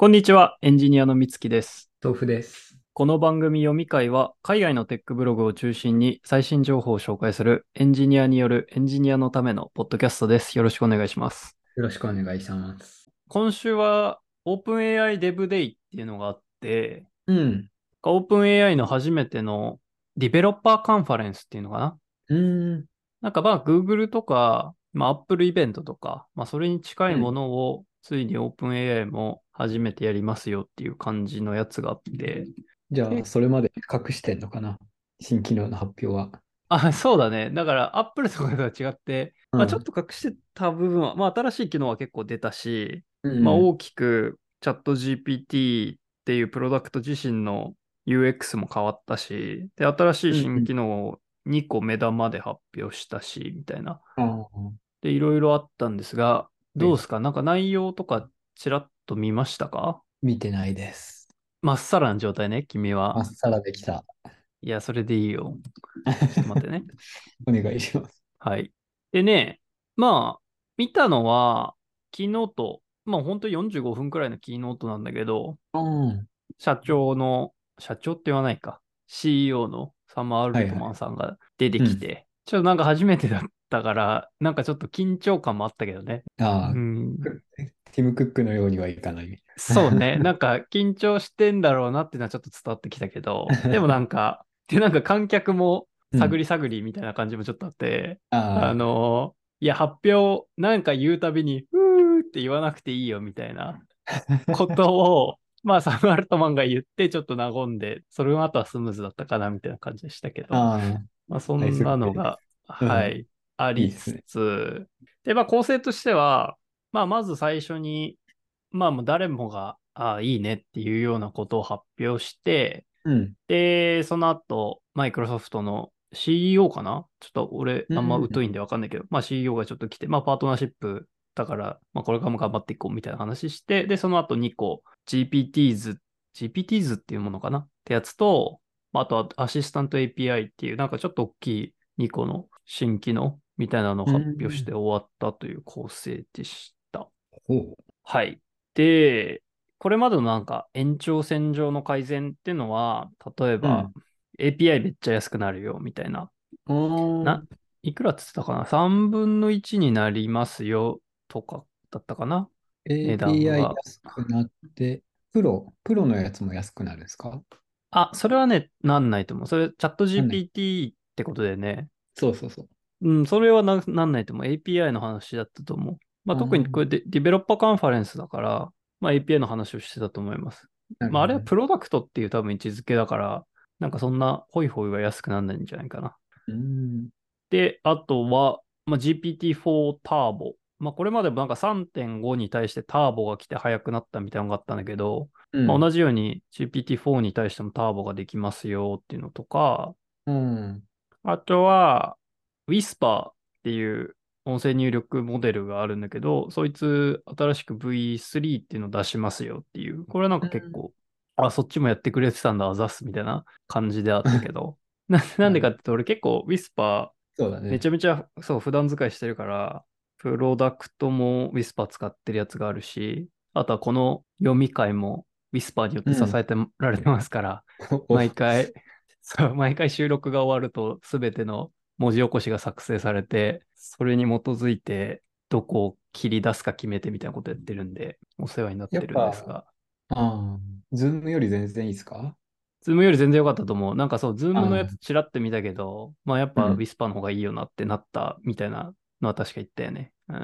こんにちは、エンジニアのみつきです。 豆腐です。 この番組読み会は、海外のテックブログを中心に最新情報を紹介するエンジニアによるエンジニアのためのポッドキャストです。よろしくお願いします。 よろしくお願いします。 今週は OpenAI Dev Day っていうのがあって、 うん。 OpenAI の初めてのディベロッパーカンファレンスっていうのかな。 うん。 なんかGoogle とか、Apple イベントとか、それに近いもうん。 のをついに OpenAI も初めてやりますよっていう感じのやつがあって、 じゃあ、 でそれまで隠してんのかな、新機能の発表は。 そうだね。だから、Apple とかとは違って、ちょっうん。 と隠してた部分は、新しい機能は結構出たし、 うん。 大きくチャット GPT っていうプロダクト自身の UX も変わったし、で、新しい新うん。 機能を2個目玉で発表したし、みたいな。 ああ、はで、いろいろあったんですが、 いはい。 どうですか？なんか内容とかちらっと見ましたか？ 見てないです。 まっさらな状態ね、君は。 まっさらできた。 いや、それでいいよ。ちょっと待ってね。 お願いします。 はい。でね、見たのは、キーノート、本当に45分くらいのキーノートなんだけど、 うん。 社長って言わないか、CEO のサム・アルトマンはいはい。 さんが出てうん。 きて、ちょっとなんか初めてだったから、なんかちょっと緊張感もあったけどね。うああ、 ん、 ティム・クックのようにはいかない。 そうね、なんか緊張してんだろうなっていうのはちょっと伝わってきたけど、でもなんか、なんか観客もうん。 探り探りみたいな感じもちょっとあって、 あいや、発表なんか言うたびに、うーって言わなくていいよみたいなことを、サム・アルトマンが言って、ちょっと和んで、それの後はスムーズだったかなみたいな感じでしたけあ、 ど、 ああ、ナイそんスプレーです。 なのが、 うん。 はい、ありついいですね。 つ、で、構成としては、まず最初に、もう誰もが、いいねっていうようなことを発表して、 うん。 で、その後、マイクロソフトの CEO かな、ちょっと俺、あんまうん。 疎いんでわかんないけど、CEO がちょっと来て、パートナーシップだから、これからも頑張っていこうみたいな話して、で、その後2個、GPTs っていうものかなってやつと、あとはアシスタント API っていう、なんかちょっと大きい2個の新機能みたいなのをう発表してん。 終わったという構成でした。 ほう。 はい。で、これまでのなんか延長線上の改善っていうのは、例えばうん。 API めっちゃ安くなるよみたいな。 あな、 あ。 いくらって言ってたかな？ 3 分の1になりますよとかだったかな？値段 API が。 安くなって、プロのやつも安くなるんですか？ それはね、なんないと思う。それ、チャットなんない。 GPT ってことでね。 そうそうそう。 うん、それはなんないと思う。API の話だったと思う。 ああ、 特にこれディベロッパーカンファレンスだから、API の話をしてたと思います。あれはなるほどね。 プロダクトっていう多分位置づけだから、なんかそんなホイホイは安くならないんじゃないかな。 うーん。 で、あとは、GPT-4 ターボ。これまでもなんか3.5に対してターボが来て速くなったみたいなのがあったんだけど、 うん。 同じように GPT-4 に対してもターボができますよっていうのとか、 うん。 あとは、Whisper っていう音声入力モデルがあるんだけど、そいつ新しく V3 っていうのを出しますよっていう、これはなんうん。 か結構、そっちもやってくれてたんだ、あざっすみたいな感じであったけど、なんなるほど。 でかって言うと、俺結構 Whisper そうだね。 めちゃめちゃ、そう、普段使いしてるから、プロダクトも Whisper 使ってるやつがあるし、あとはこの読み会も Whisper によって支うん。 えてられてますから、 お、 毎回、そう、毎回収録が終わると、すべての文字起こしが作成されて、それに基づいて、どこを切り出すか決めてみたいなことやってるんで、お世話になってるんですやっぱ、 が、 ああ、ズームより全然いいですか？ ズームより全然良かったと思う。なんかそう、ズームのやつああ、 チラって見たけど、やっぱうん。 Whisper の方がいいよなってなったみたいなのは確か言ったよね。うん。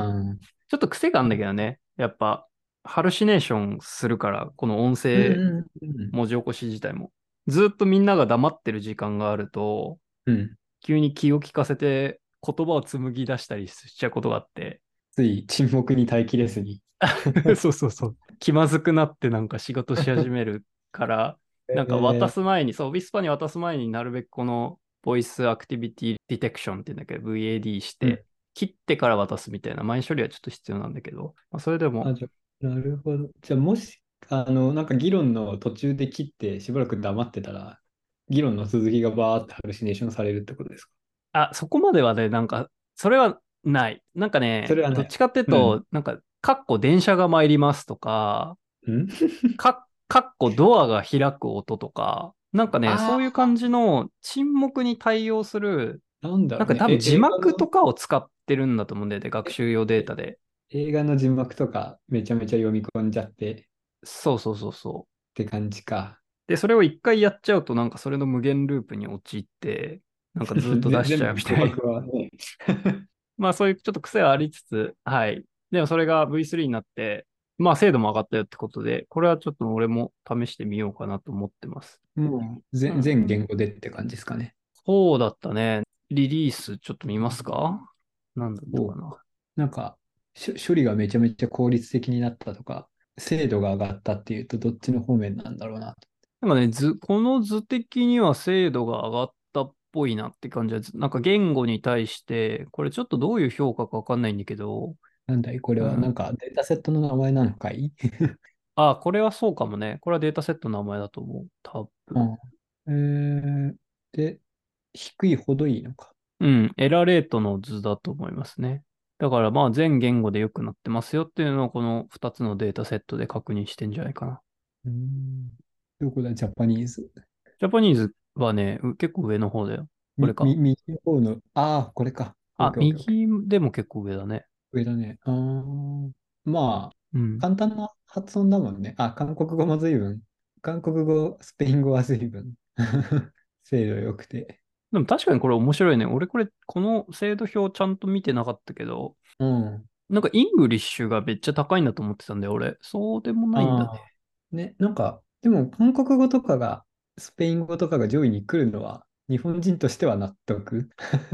ああ、 ちょっと癖があるんだけどね。やっぱ、ハルシネーションするから、この音声うんうんうん。 文字起こし自体も。ずっとみんなが黙ってる時間があると、 うん。 急に気を利かせて言葉を紡ぎ出したりしちゃうことがあって、 つい沈黙に耐えきれずに。 そうそうそう。気まずくなってなんか仕事し始めるから、なんか渡すえ前に、そう、ウィスパに渡す前になるべくこのボイスアクティビティディテクションっていうんだけど、VAD しうん。 て、切ってから渡すみたいな前処理はちょっと必要なんだけど、それでも、 あ、じゃあ、なるほど。じゃあ、もし、なんか議論の途中で切ってしばらく黙ってたら、議論の続きがバーってハルシネーションされるってことですか？ そこまではね、なんか、それはない。なんかね、 それはない。 どっちかっていううん。 と、なんか、かっこ電車が参りますとか、 んかっこドアが開く音とか、なんかね、そういうあ感じの沈黙に対応する、 なんだろうね。 なんか多分字映画の、 幕とかを使ってるんだと思うんだよね、学え習用デーえタで。 映画の字幕とかめちゃめちゃ読み込んじゃってっそうそうそうそう。 て感じか。 で、それを一回やっちゃうと、なんかそれの無限ループに陥って、なんかずっと出しちゃう全部誤みたいな。 爆はね。 まあそういうちょっと癖はありつつ、はい。でもそれが V3 になって、まあ精度も上がったよってことで、これはちょっと俺も試してみようかなと思ってます。 もううん。 全言語でって感じですかね。 そうだったね。リリースちょっと見ますか？なんだったおかな。 なんか、処理がめちゃめちゃ効率的になったとか、精度が上がったっていうと、どっちの方面なんだろうな。 なんかね、この図的には精度が上がったっぽいなって感じは、なんか言語に対して、これちょっとどういう評価かわかんないんだけど、 なんだい、これは。なんうん。 かデータセットの名前なのかい？ あ、これはそうかもね。これはデータセットの名前だと思う。多分。 うん。で、低いほどいいのか。 うん。エラーレートの図だと思いますね。だからまあ全言語で良くなってますよっていうのをこの2つのデータセットで確認してんじゃないかな。 うん。どこだ、ジャパニーズ。 ジャパニーズはね、結構上の方だよ。これか。 右の方の、ああ、これか。オッあ、 ケーオッケーオッケー。 右でも結構上だね。 上だね。まあ、 うん。 簡単な発音だもんね。あ、韓国語も随分。韓国語、スペイン語は随分。精度良くて。 でも確かにこれ面白いね。俺これ、この精度表ちゃんと見てなかったけど、 うん。 なんかイングリッシュがめっちゃ高いんだと思ってたんだよ、俺。そうでもないんだね。 ああ。ね、なんか、でも韓国語とかが、スペイン語とかが上位に来るのは、日本人としては納得。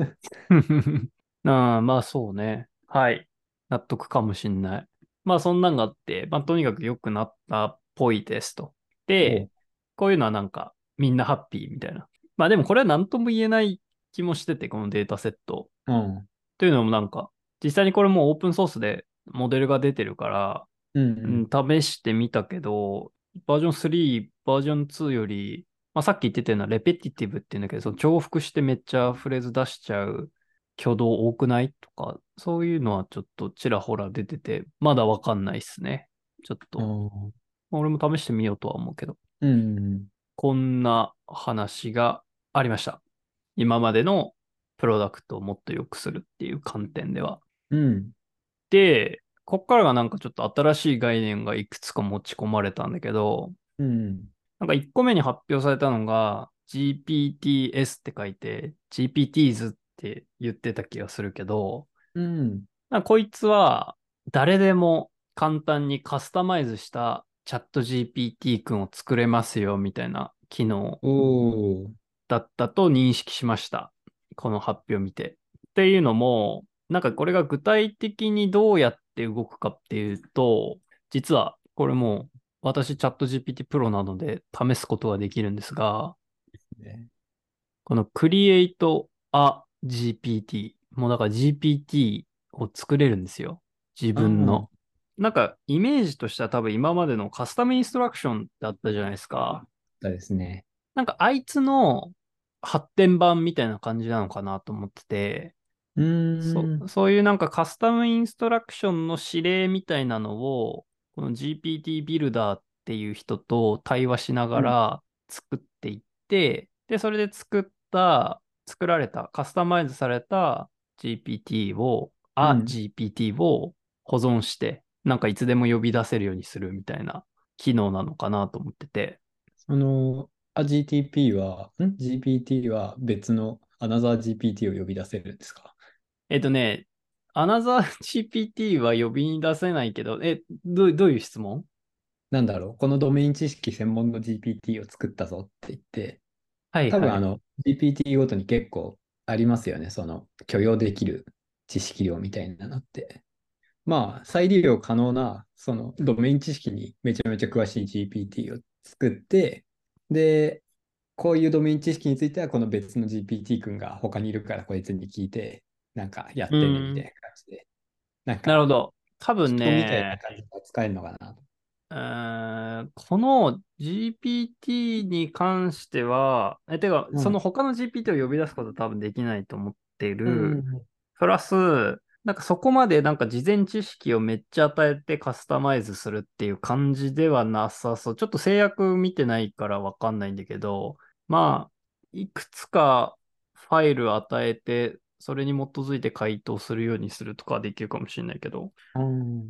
ああ、まあそうね。はい。納得かもしんない。まあそんなんがあって、まあとにかく良くなったっぽいですと。で、 おう。 こういうのはなんかみんなハッピーみたいな。まあでもこれは何とも言えない気もしてて、このデータセット。 うん。 というのもなんか、実際にこれもうオープンソースでモデルが出てるから、 うんうん、試してみたけど、バージョン3、バージョン2より、まあ、さっき言ってたようなレペティティブっていうんだけど、その重複してめっちゃフレーズ出しちゃう挙動多くないとか、そういうのはちょっとちらほら出てて、まだわかんないっすね。ちょっうと、 ん。 まあ俺も試してみようとは思うけど、 うん。 こんな話がありました。今までのプロダクトをもっと良くするっていう観点では。 うん。 で、こっからがなんかちょっと新しい概念がいくつか持ち込まれたんだけど、 うん。 なんか1個目に発表されたのが GPTs って書いて GPTs って言ってた気がするけど、 うん。 なんかこいつは誰でも簡単にカスタマイズしたチャット GPT 君を作れますよみたいな機能おー。 だったと認識しました。この発表を見て。っていうのも、なんかこれが具体的にどうやって動くかっていうと、実はこれもう私チャット GPT プロなので試すことができるんですが、 ね。 この Create a GPT、もうだから GPT を作れるんですよ。自ああ、 分の。なんかイメージとしては多分今までのカスタムインストラクションだったじゃないですか。 だですね。 なんかあいつの発展版みたいな感じなのかなと思ってて、 うーん。 そういうなんかカスタムインストラクションの指令みたいなのを、この GPT ビルダーっていう人と対話しながうん。 ら作っていって、で、それで作られた、カスタマイズされた GPT を、 うん。 GPT を保存して、なんかいつでも呼び出せるようにするみたいな機能なのかなと思ってて、 GTP は、GPT は別のアナザー GPT を呼び出せるんですか？ えっとね、アナザー GPT は呼びに出せないけど、どういう質問？ なんだろう、このドメイン知識専門の GPT を作ったぞって言って、 はいはい。 GPT ごとに結構ありますよね。その許容できる知識量みたいなのって。まあ、再利用可能な、そのドメイン知識にめちゃめちゃ詳しい GPT を作って、で、こういうドメイン知識については、この別の GPT 君が他にいるからこいつに聞いて、なんかやうってねみたいん。 な感じで、なんかなるほど。多分人みたいなね、 感じで使えるのかな。 この GPT に関しては、てか、 うん。 その他の GPT を呼び出すことは多分できないと思ってうる。 ん。 プラス、 なんかそこまでなんか事前知識をめっちゃ与えてカスタマイズするっていう感じではなさそう。ちょっと制約見てないからわかんないんだけど、まあ、いくつかファイル与えて、それに基づいて回答するようにするとかはできるかもしれないけど、 うん。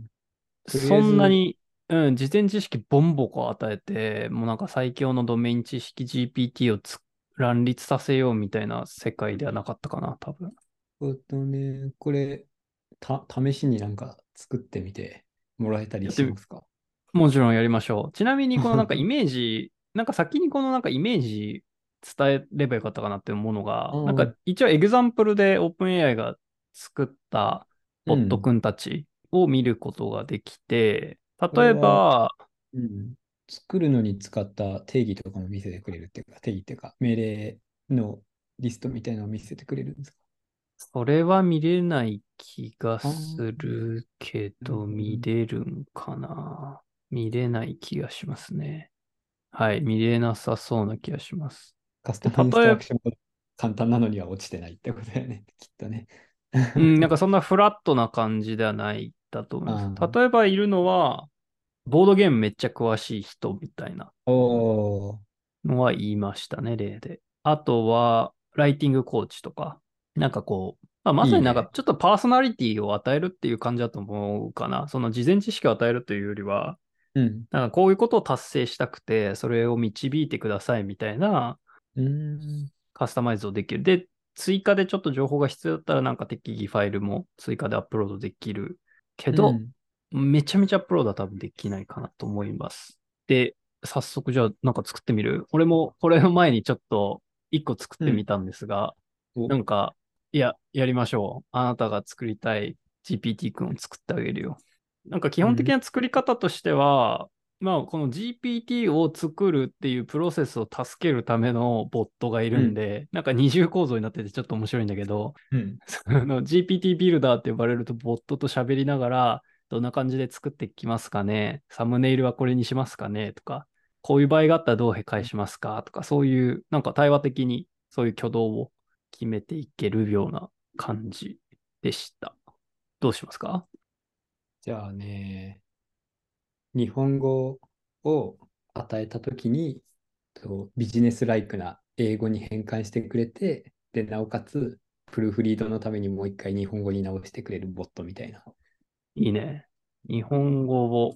とりあそえず、 んなに、うん、事前知識ボンボコ与えて、もうなんか最強のドメイン知識 GPT を乱立させようみたいな世界ではなかったかな、多分。 これ、試しになんか作ってみてもらえたりやってみ、 しますか？ もちろんやりましょう。ちなみにこのなんかイメージ、なんか先にこのなんかイメージ伝えればよかったかなって思うのが、なんかうん。 一応エグザンプルで OpenAI が作ったボットうん。 くんたちを見ることができて、例えこれは、 ば、 うん。作るのに使った定義とかも見せてくれるっていうか、定義っていうか、命令のリストみたいなのを見せてくれるんですか？ それは見れない気がああすー、 るけなるど、 ほどね。 見れるんかな。見れない気がしますね。はい、見れなさそうな気がします。で、 カスタムインスト例えば、 ラクションも簡単なのには落ちてないってことだよね、きっとね。 うん、なんかそんなフラットな感じではないだと思います。 ああ、 例えばいるのは、ボードゲームめっちゃ詳しい人みたいなおー、 のは言いましたね、例で。あとは、ライティングコーチとか、なんかこう、まさになんかいいね。 ちょっとパーソナリティを与えるっていう感じだと思うかな。その事前知識を与えるというよりは、 うん。 なんかこういうことを達成したくて、それを導いてくださいみたいなうーん。 カスタマイズをできる。で、追加でちょっと情報が必要だったらなんか適宜ファイルも追加でアップロードできるけど、 うん。 めちゃめちゃアップロードは多分できないかなと思います。で、早速じゃあなんか作ってみる？俺もこれの前にちょっと一個作っうん。 てみたんですが、 お、 なんか、いや、やりましょう。あなたが作りたい GPT 君を作ってあげるよ。なんか基本的うん。 な作り方としては、まあ、この GPT を作るっていうプロセスを助けるためのボットがいうん。 るんで、なんか二重構造になっててちょっと面白いんだけど、 うん。 その GPT ビルダーって呼ばれるとボットと喋りながら、どんな感じで作っていきますかね、サムネイルはこれにしますかねとか、こういう場合があったらどう返しますかとか、そういう、なんか対話的にそういう挙動を決めていけるような感じでした。どうしますか？ じゃあね、日本語を与えたときに、ビジネスライクな英語に変換してくれて、で、なおかつ、プルーフリードのためにもう一回日本語に直してくれるボットみたいな。 いいね。日本語を、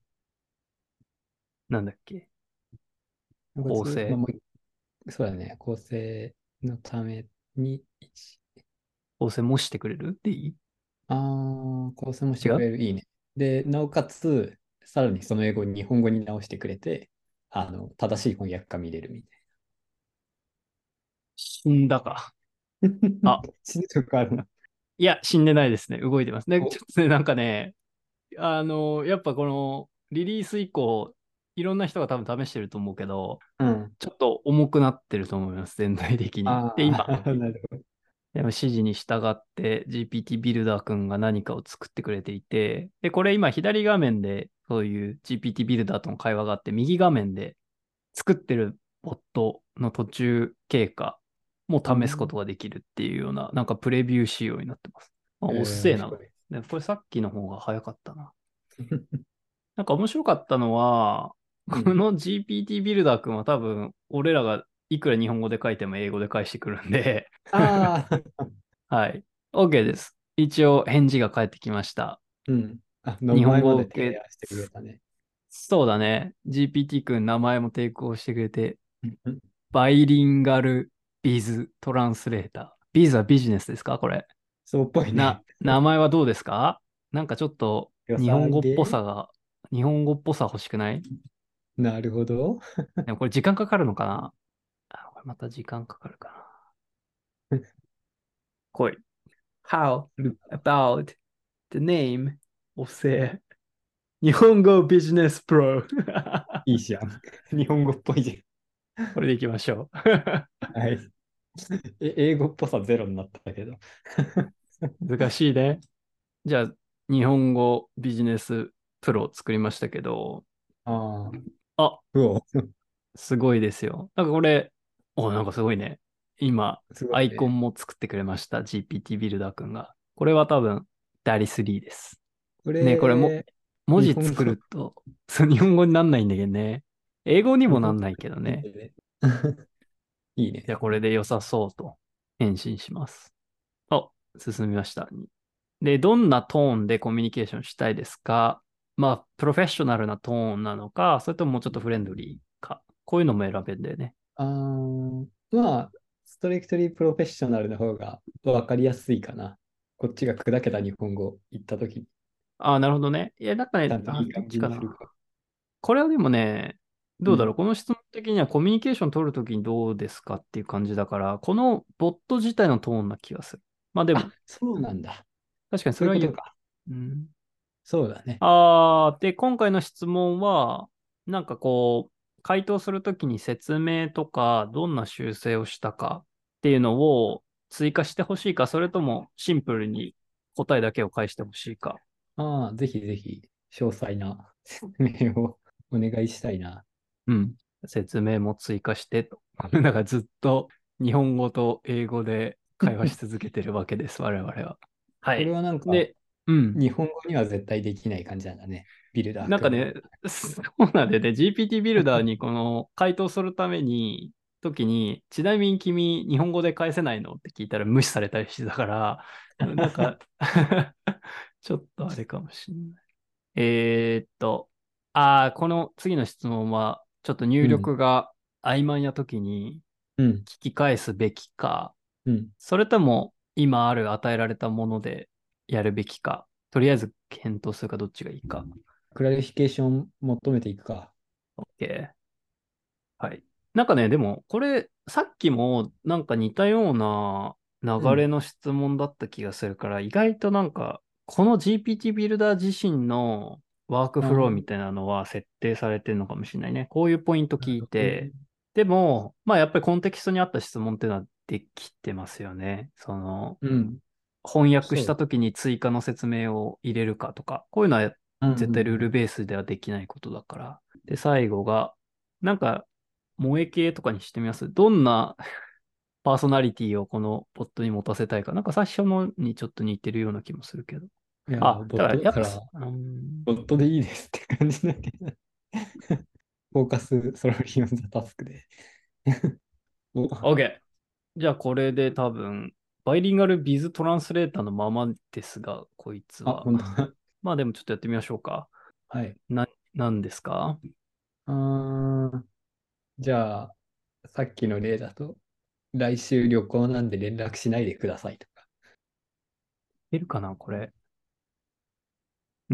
なんだっけ、 なおかつ、まあ、 構成。 そうだね、構成のために、 構成もしてくれるでいい？ 構成もして違う？ くれる。いいね。で、なおかつ、さらにその英語を日本語に直してくれて、正しい翻訳が見れるみたい死んだか。 な。 あ、 死ぬとこあるな。 いや、死んでないですね。動いてます。で、 お、 ちょっとね、なんかね、やっぱこのリリース以降、いろんな人が多分試してると思うけど、 うん。 ちょっと重くなってると思います、全体的に。で、今、 ああ、なるほど。 でも指示に従って GPT ビルダー君が何かを作ってくれていて、で、これ今左画面でそういう GPT ビルダーとの会話があって、右画面で作ってるボットの途中経過も試すこうん。 とができるっていうような、なんかプレビュー仕様になってます。まあ、おっせえな。 面白い。 でこれさっきの方が早かったな。なんか面白かったのは、 うん。 この GPT ビルダー君は多分、俺らがいくら日本語で書いても英語で返してくるんで、 ああ、 はい。OK です。一応返事が返ってきました。 うん。名日本前まで語系、 提案してくれたね。 そうだね。GPT 君名前も抵抗してくれて、 うん。 バイリンガルビズトランスレーター。ビズはビジネスですかこれ？ そうっぽいね。 名前はどうですか？なんかちょっとよ日本語っぽさげ。 さが、日本語っぽさ欲しくない？ なるほど。 でもこれ時間かかるのかな？これまた時間かかるかな。来い。How about the name of the 日本語ビジネスプロ？ いいじゃん。日本語っぽいじこれでいきましょゃん。はい。英語っぽさゼロになったけど。 う。難しいね。じゃあ、日本語ビジネスプロ作りましたけど、 ああ、 あ、 うお、 すごいですよ。なんかこれ、なんかすごいね。今、 すごアイコいね。 ンも作ってくれました。GPT ビルダー君が。これは多分、 ダリ3です。 こね、これも、 れ、 文字作日本語、 ると、そう日本語になんないんだけどね。英語にも日本語なんないけどね。 いいね。いいね。 じゃあこれで良さそうと返信します。あ、進みました。で、どんなトーンでコミュニケーションしたいですか？まあ、プロフェッショナルなトーンなのか、それとももうちょっとフレンドリーか。こういうのも選べるんだよね。 まあ、ストリクトリープロフェッショナルの方が分かりやすいかな。こっちが砕けた日本語言ったときに、 ああ、なるほどね。いや、なんかね、 ちゃんといいどっ感ちかな。 じにするか。 これはでもね、どうだろう。 うん。 この質問的にはコミュニケーション取るときにどうですかっていう感じだから、このボット自体のトーンな気がする。まあでも、 あ、そうなんだ。 確かにそそうれは言う。 いうことか。 うん。 そうだね。 で、今回の質問は、なんかこう、回答するときに説明とか、どんな修正をしたかっていうのを追加してほしいか、それともシンプルに答えだけを返してほしいか。 ああ、ぜひぜひ、詳細な説明をお願いしたいな。 うん。説明も追加してと。だからずっと日本語と英語で会話し続けてるわけです、我々は。はこれい。 はなんか、 で、うん。 日本語には絶対できない感じなんだね。ビルダー君は。 なんかね、そうなんでね、GPT ビルダーにこの回答するために、時に、ちなみに君、日本語で返せないのって聞いたら無視されたりしてたから、なんかちょっとあれかもしれない。この次の質問は、ちょっと入うん、 力が曖昧な時にうん、 聞き返すべきか、 うん。 それとも今ある与えられたものでやるべきか、とりあえず検討するかどっちがいいか。 クラリフィケーション求めていくか。 OK。はい。なんかね、でも、これ、さっきもなんか似たようなうん。 流れの質問だった気がするから、意外となんか、この GPT ビルダー自身のワークああ、 フローみたいなのは設定されてるのかもしれないね。こういうポイントな聞いるほど。 て、でも、まあやっぱりコンテキストに合った質問っていうのはできてますよね。 うん。 翻訳しそう。 た時に追加の説明を入れるかとか、こういうのはうん、うん、 絶対ルールうん。 ベースではできないことだから。で、最後が、なんか、萌え系とかにしてみます？どんなパーソナリティをこのポットに持たせたいか。なんか最初のにちょっと似てるような気もするけど。 いやー、 あ、 ボッだからやっぱ、 トだから、 うんボットでいいですって感じだけど。フォーカス、ソロリオンザタスクで。お、 OK。じゃあこれで多分、バイリンガルビズトランスレーターのままですが、こいつあ、 は。 本当だ。 まあでもちょっとやってみましょうか。 はい。 なんですか？ あー、じゃあ、さっきの例だと、来週旅行なんで連絡しないでくださいとか。 いるかなこれ。うん。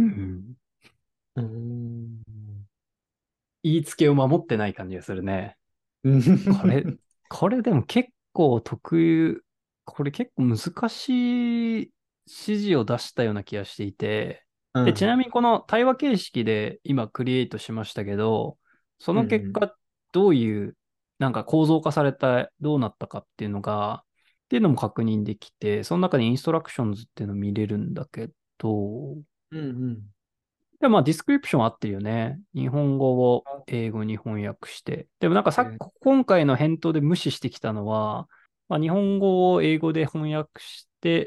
うーん。 言いつけを守ってない感じがするね。 うん。 これ、これでも結構特有、これ結構難しい指示を出したような気がしていて、で、ちなうん。 みにこの対話形式で今クリエイトしましたけど、その結うん。 果どういう、なんか構造化された、どうなったかっていうのが、っていうのも確認できて、その中にインストラクションズっていうのを見れるんだけど、 うん。 でもまあ、ディスクリプション合ってるよね。日本語をあ、 英語に翻訳して。でもなんかえ今回の返答で無視してきたのは、まあ、日本語を英語で翻訳して、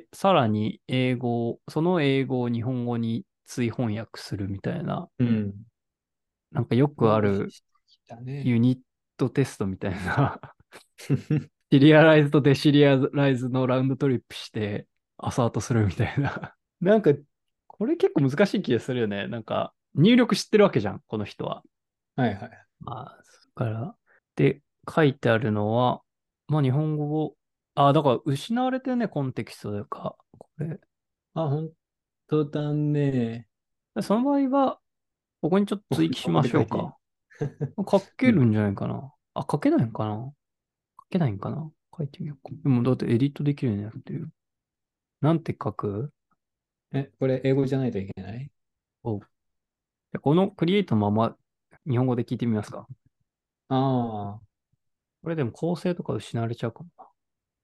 さらにその英語を日本語に追翻訳するみたいな、 うん。 なんかよくある無視してきたね。 ユニットテストみたいな、シリアライズとデシリアライズのラウンドトリップして、アサートするみたいな。なんか、これ結構難しい気がするよね。なんか、入力知ってるわけじゃん、この人は。 はいはい。 まあ、それから、で、書いてあるのは、まあ、日本語を、だから失われてるね、コンテキストというか、これ。 あ、本当だね。 その場合は、ここにちょっと追記しまここで書いていい。 しょうか。書うん。 けるんじゃないかな。書けないんかな。書けないんかな。書いてみようか。でも、だってエディットできるようになってる。なんて書く？ これ英語じゃないといけない？ お、じゃあこのクリエイトのまま日本語で聞いてみますか。 ああこれでも構成とか失われちゃうかもな。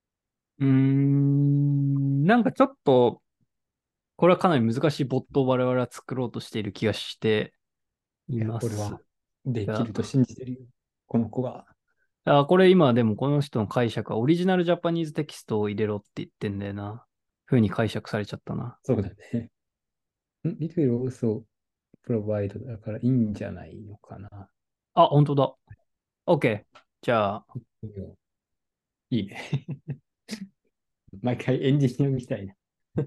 なんかちょっと、これはかなり難しいボットを我々は作ろうとしている気がしていー、いや、 ます。 俺はできがると信じてるよ。この子が。 これ今でもこの人の解釈はオリジナルジャパニーズテキストを入れろって言ってんだよな。風に解釈されちゃったな。 そうだね。 It will also provide だからいいんじゃないのかな。 あ、本当だ。OK。じゃあ、 いいね。毎回エンジニアみたいな。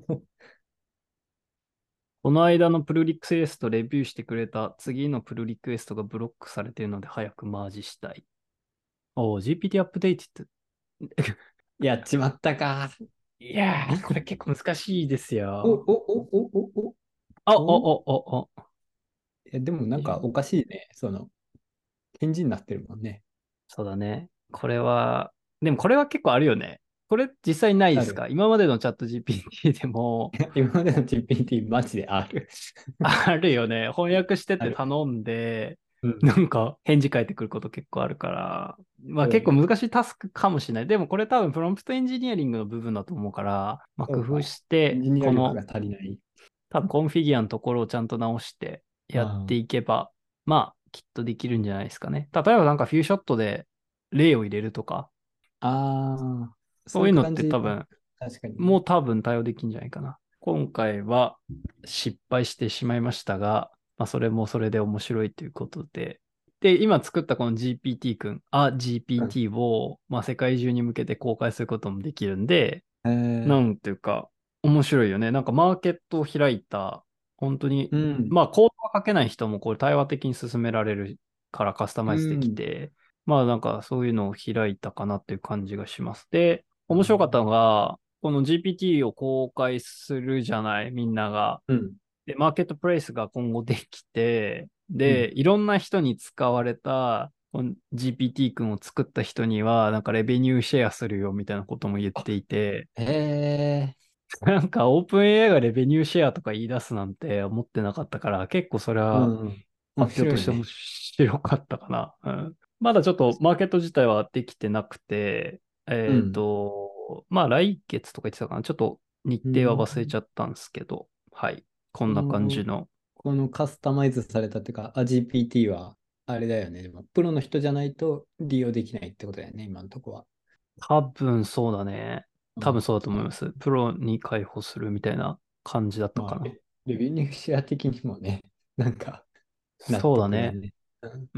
この間のプルリクエストレビューしてくれた次のプルリクエストがブロックされているので早くマージしたい。おー、GPT アップデートって。 やっちまったか。 いやー、これ結構難しいですお、お、 よ。 お、お、お、 あ、お、 お、 お。 でもなんいや、 かおかしいね。返事になってるもんね。 そうだね。これは、でもこれは結構あるよね。これ実際ないですある。 か？今までのチャット GPT でも今までの GPT マジである。 あるよね。翻訳してっある。 て頼んで、 うん。 なんか返事返ってくること結構あるから、まあ結構そうだね。 難しいタスクかもしれない。でもこれ多分プロンプトエンジニアリングの部分だと思うから、まあ工夫そうか。 して、 エンジニアこの力が足りない。 多分コンフィギュアのところをちゃんと直してやってあいけば、まあきっとできるんじゃないですかね。例えばなんかフューショットで例を入れるとか、 あ。ああ、そういうそういうのっ感じ。 て多分、 確かにね。 もう多分対応できるんじゃないかな。今回は失敗してしまいましたが、まあ、それもそれで面白いということで、で、今作ったこの GPT 君、 うん。 GPT を、まあ、世界中に向けて公開することもできるんで、 えー、 なんていうか、面白いよね。なんかマーケットを開いた、本当に、 うん。 まあ、コードが書けない人もこれ対話的に進められるからカスタうマイズできん。 て、まあなんかそういうのを開いたかなっていう感じがします。で、 あ面白かったのーが、この GPT を公開するじゃない、みんなが。 うん。 で、マーケットプレイスが今後できて、 うん。 で、いろんな人に使われた、この GPT 君を作った人には、なんかレベニューシェアするよみたいなことも言っていて、 えなんかオープン AI がレベニューシェアとか言い出すなんて思ってなかったから、結構それはうん。面発表として面白いね。 白かったかな。うん、まだちょっとマーケット自体はできてなくて、 うん。 まあ来月とか言ってたかな。ちょっと日う程は忘れん。 ちゃったんですけど、はい。こんこな感じの、 の。 このカスタマイズされたっていうか、GPT は、あれだよね。でも、プロの人じゃないと利用できないってことだよね、今のとこは。 多分そうだね。 うん。 多分そうだと思いあ、 ます。プロに開放するみたいな感じだったまあ、 かな。 レビューニューシェア的にもね、なんか、納そうだね。 得だね。うん。 うん。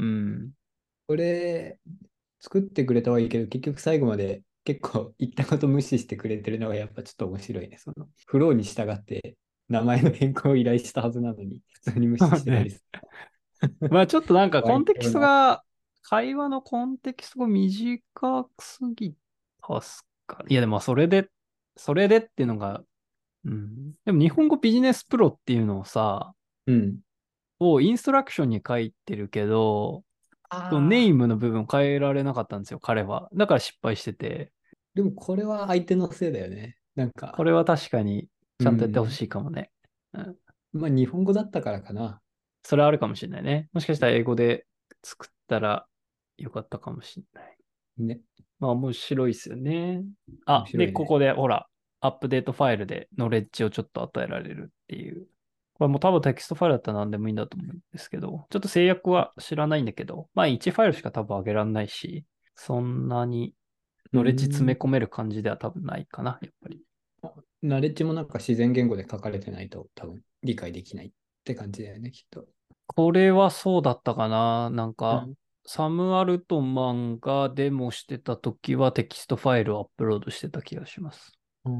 これ、作ってくれたはいいけど、結局最後まで結構言ったこと無視してくれてるのがやっぱちょっと面白いね。フローに従って名前の変更を依頼したはずなのに、普通に無視してたりそうね。 する。 まあちょっとなんかコンテキスト割とな。 が、会話のコンテキストが短すぎたっすか。いやでもそれでっていうのが、うん。でも日本語ビジネスプロっていうのをさ、 うん。 をインストラクションに書いてるけど、そのネああ、 イムの部分を変えられなかったんですよ、彼は。だから失敗してて。 でもこれは相手のせいだよね。なんか、 これは確かにうちゃんとやってほん。 しいかもね。うん。 まあ日本語だったからかな。 それはあるかもしれないね。もしかしたら英語で作ったらよかったかもしれない。 ね。 まあ面白いですよね。あ、で、 面白いね。 ここでほら、アップデートファイルでノレッジをちょっと与えられるっていう。これもう多分テキストファイルだったら何でもいいんだと思うんですけど、ちょっと制約は知らないんだけど、まあ1ファイルしか多分上げられないし、そんなにうノレッジ詰めん。 込める感じでは多分ないかな、やっぱり。 ナレッジもなんか自然言語で書かれてないと多分理解できないって感じだよね、きっと。 これはそうだったかな。なんか、 うん。 サム・アルトマンがデモしてた時はテキストファイルをアップロードしてた気がします。 うん。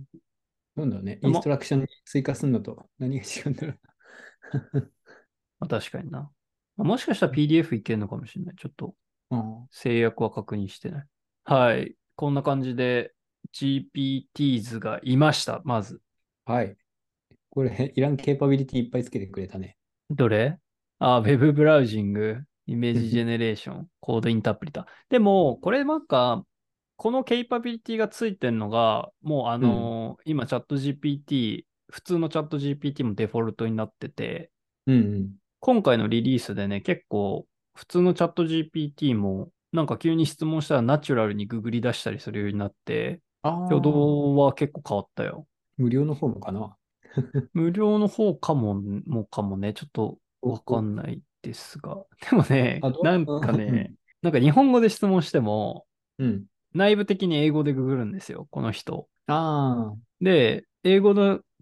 なんだろうね。インストでも、 ラクションに追加するのと何が違うんだろう。 まあ、確かにな。まあもしかしたら PDF いけるのかもしれない。ちょっとうん。 制約は確認してない。はい。こんな感じで GPTs がいました。まず。 はい。これ、いらんケーパビリティいっぱいつけてくれたね。 どれ？ウェブブラウジング、イメージジェネレーション、コードインタープリター。でも、これなんか、このケイパビリティがついてるのが、もううん。 今チャット GPT、普通のチャット GPT もデフォルトになってて、 うんうん。 今回のリリースでね、結構、普通のチャット GPT も、なんか急に質問したらナチュラルにググり出したりするようになって、 あ挙あ、 動は結構変わったよ。 無料の方もかな。 無料の方かもね、ちょっとわかおお。 んないですが。でもね、 あ、 なんうん。 かね、なんか日本語で質問しても、 うん。 内部的に英語でググるんですよ、この人。 ああ、 で、英語の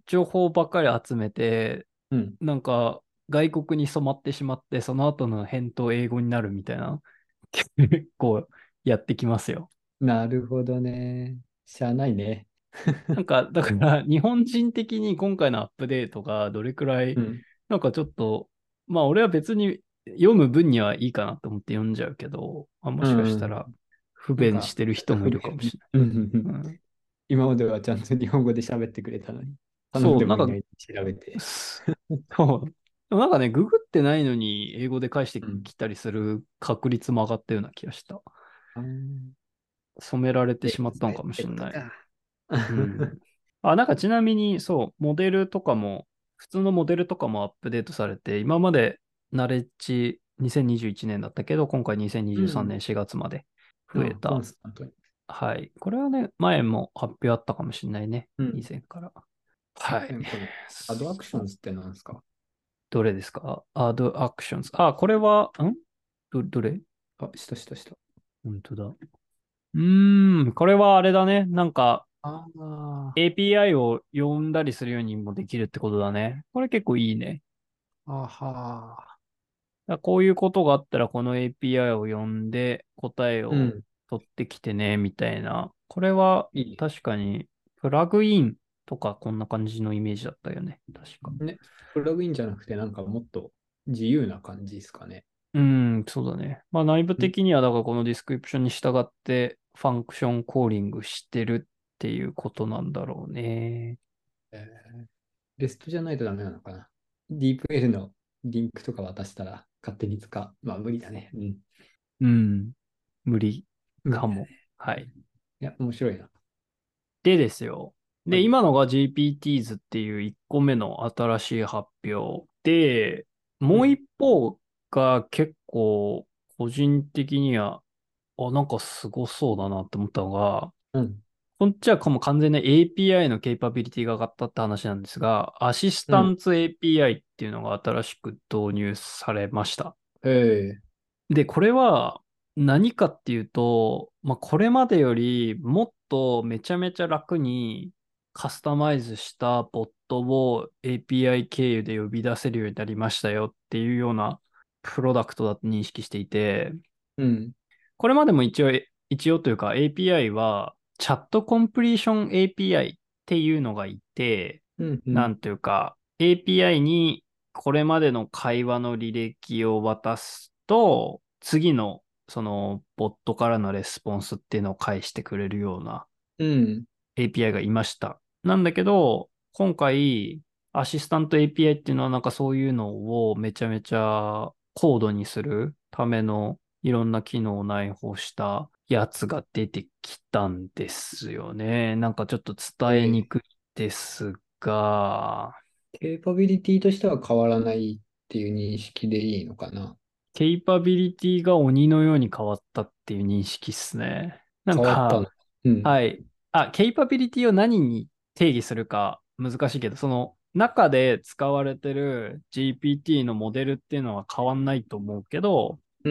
情報ばっかり集めて、 うん。 なんか外国に染まってしまって、その後の返答英語になるみたいな、結構やってきますよ。 なるほどね。しゃあないね。 なんか、だから日本人的に今回のアップデートがどれくらい、 うん。 なんかちょっと、まあ俺は別に読む分にはいいかなと思って読んじゃうけど、もうしかしたん。 ら不なんか、 便してるちょっと人もいるかも不便。 しうんうんうん。 れない。うん、 今まではちゃんと日本語で喋ってくれたのに、頼んそう、なんか、 でもいないで調べて。 そう。でもなんかね、ググってないのに英語で返してうん。 きたりする確率も上がったような気がした。 あー染められて英しまったのか語でっもしれない。 てことか。 うん。なんかちなみに、そう、モデルとかも、普通のモデルとかもアップデートされて、今までナレッジ2021年だったけど、今回2023 うん。 年4月まで増えあ、コンた。 スタントに。 はい。これはね、前も発表あったかもしれないね。 うん。 以前から。はい。 この、アドアクションズって何ですか？ どれですか？ Add Actions。これは、どれ？ あ、した。 本当だ。これはあれだね。なんかああ、 API を呼んだりするようにもできるってことだね。これ結構いいね。 あはこういうことがあったらこの API を呼んで答えをうん。 取ってきてね、みたいな。これはいい確かにプラグインとかこんな感じのイメージだったよね。確か。 ね。プラグインじゃなくて、なんかもっと自由な感じですかね。 そうだね。まあ内部ん的にはだからこのディスクリプションに従ってファンクションコーリングしてるっていうことなんだろうね。 レストじゃないとダメなのかな。DeepL のリンクとか渡したら勝手に使う。まあ無理だね。うん。 うん。無理無理だね。 かも。はい。 いや、面白いな。 でですよ。で、 はい。 今のが GPTs っていう1個目の新しい発表で、 うん。 もう一方が結構個人的には、なんかすごそうだなって思ったのが、 うん。 こっちはもう完全な API のケイパビリティが上がったって話なんですが、アシスうん。 タント API っていうのが新しく導入されました。 ええで、これは何かっていうと、まあ、これまでよりもっとめちゃめちゃ楽にカスタマイズしたボットを API 経由で呼び出せるようになりましたよっていうようなプロダクトだと認識していて、 うん。 これまでも一応というか API はチャットコンプリーション API っていうのがいて、 うん。うん。 なんというか API にこれまでの会話の履歴を渡すと、次のそのボットからのレスポンスっていうのを返してくれるようなうん。 API がいました。なんだけど、今回アシスタント API っていうのはなんかそういうのをめちゃめちゃ高度にするためのいろんな機能を内包したやつが出てきたんですよね。なんかちょっと伝えにええくいですが、 ケーパビリティとしては変わらないっていう認識でいいのかな。 ケイパビリティが鬼のように変わったっていう認識っすね。なん変わったの。 か、 うん。 はい。ケイパビリティを何に定義するか難しいけど、その中で使われてる GPT のモデルっていうのは変わんないと思うけど、 うん。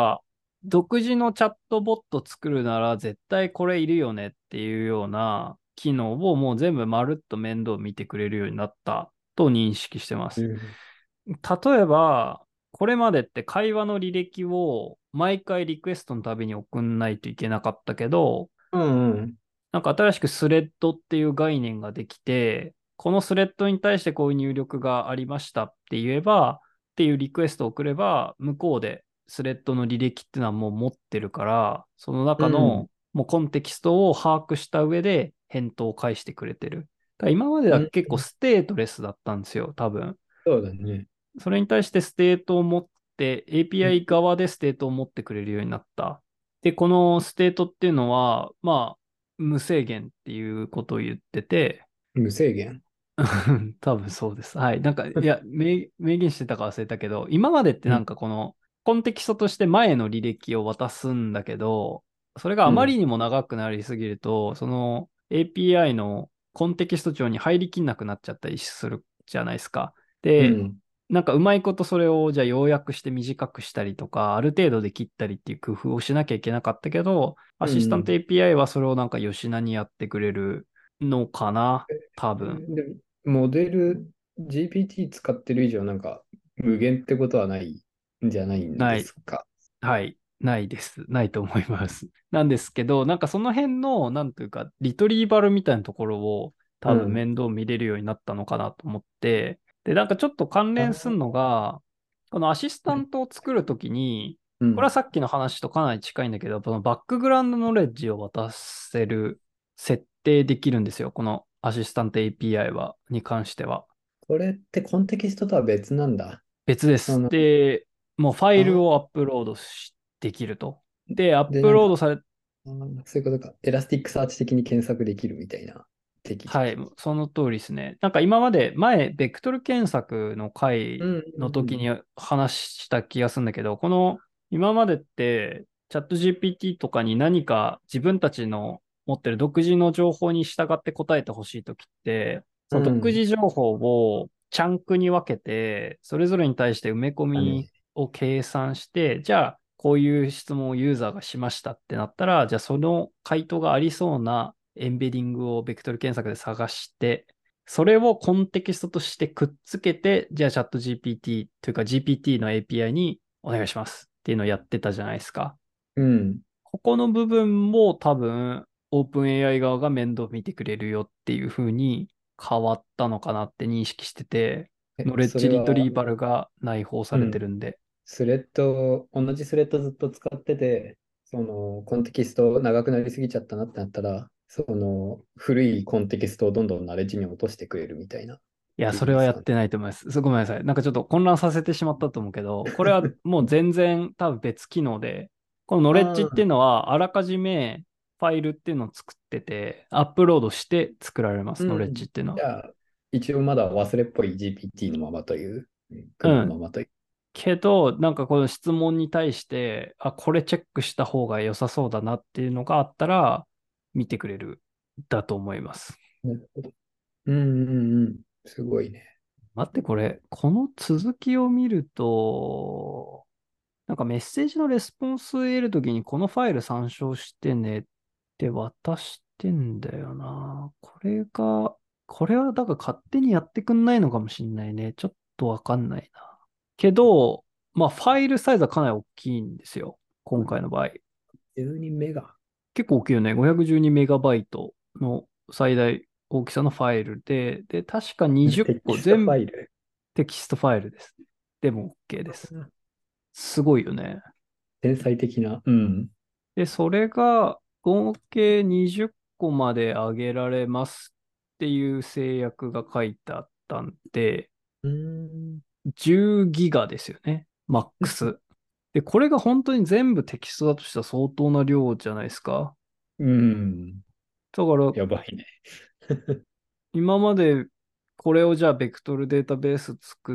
なんか、独自のチャットボット作るなら絶対これいるよねっていうような機能をもう全部まるっと面倒見てくれるようになったと認識してます。 うん。 例えば、これまでって会話の履歴を毎回リクエストのたびに送んないといけなかったけど、 うん。 なんか新しくスレッドっていう概念ができて、このスレッドに対してこういう入力がありましたって言えば、っていうリクエストを送れば、向こうでスレッドの履歴っていうのはもう持ってるから、そのうん。 中のもうコンテキストを把握した上で返答を返してくれてる。だから今までうん。 は結構ステートレスだったんですよ、多分。 そうだね。 それに対してステートを持って、 うん API 側でステートを持ってくれるようになった。で、このステートっていうのは、まあ、無制限っていうことを言ってて、 無制限。 多分そうです。はい。なんか、いや、明言してたか忘れたけど、今までってうん。 なんかこの、コンテキストとして前の履歴を渡すんだけど、それがあまうん。 りにも長くなりすぎると、その API のコンテキスト帳に入りきんなくなっちゃったりするじゃないですか。で、 うん。 なんかうまいことそれをじゃあ要約して短くしたりとか、ある程度で切ったりっていう工夫をしなきゃいけなかったけど、アうシスタントん。 API はそれをなんか吉名にやってくれるのかな、多分。 モデル GPT 使ってる以上、なんか無限ってことはないんじゃないんない。 ですか？ はい。ないです。ないと思います。なんですけど、なんかその辺の、なんというか、リトリーバルみたいなところを多分うん。 面倒見れるようになったのかなと思って、で、なんかちょっと関あ連するのあ、 が、このアシスタはい。 ントを作るときに、これはうん。 さっきの話とかなり近いんだけど、このバックグラウンドノレッジを渡せる、設定できるんですよ。このアシスタント API は、に関しては。 これってコンテキストとは別なんだ。 別です。 その、 で、もうファイルをアッああ、 プロードできると。で、アッで、 プなんか、 ロードされ、 そういうことか。エラスティックサーチ的に検索できるみたいなテキスはい、 ト。 その通りですね。なんか今まで、前、ベクトル検索の回うんうんの時に話した気がするんだけど、この、今までって、チャット GPT とかに何か自分たちの持ってる独自の情報に従って答えてほしい時って、そのうん。うん。 独自情報をチャンクに分けて、それぞれに対して埋め込みだね。 を計算して、じゃあ、こういう質問をユーザーがしましたってなったら、じゃあその回答がありそうなエンベディングをベクトル検索で探して、それをコンテキストとしてくっつけて、じゃあチャット GPT というか GPT の API にお願いしますっていうのをやってたじゃないですか。 うん。 ここの部分も多分、オープン AI 側が面倒見てくれるよっていう風に変わったのかなって認識してて、ノレッそジリトれは、 リーバルが内包されてうん。 るんで。 同じスレッドずっと使ってて、コンテキスト長くなりすぎちゃったなってなったら、古いコンテキストをどんどんナレッジに落としてくれるみたいないや、 仕そ組みですかね。 れはやってないと思います。ごめんなさい。なんかちょっと混乱させてしまったと思うけど、これはもう全然多分別機能で、このノレッジっていうああ、 のはあらかじめファイルっていうのを作ってて、アップロードして作られます、ノレッうん。 ジっていうのは。 じゃあ、一応まだ忘れっぽい GPT のままという、 う雲のまん。 まという。 けど、なんかこの質問に対して、あ、これチェックした方が良さそうだなっていうのがあったら、見てくれる、だと思います。 なるほど。うんうんうん。すごいね。 待って、これ、この続きを見ると、なんかメッセージのレスポンスを得るときにこのファイル参照してねって渡してんだよな。これはだから勝手にやってくんないのかもしんないね。ちょっとわかんないな。けど、まあファイルサイズはかなり大きいんですよ。今回の場合。 12メガ。 結構大きいよね。512メガバイトの最大大きさのファイルで、で、確か20 テキストフ個全部ァイル。 テキストファイルです。でも OK です。すごいよね。 天才的な。うん。 で、それが合計20個まで上げられますっていう制約が書いてあったんで、 うーん。 10ギガですよね。マックス。で、これが本当に全部テキストだとしたら相当な量じゃないですか。 うん。 だから、 やばいね。 今までこれをじゃあベクトルデータベース作って、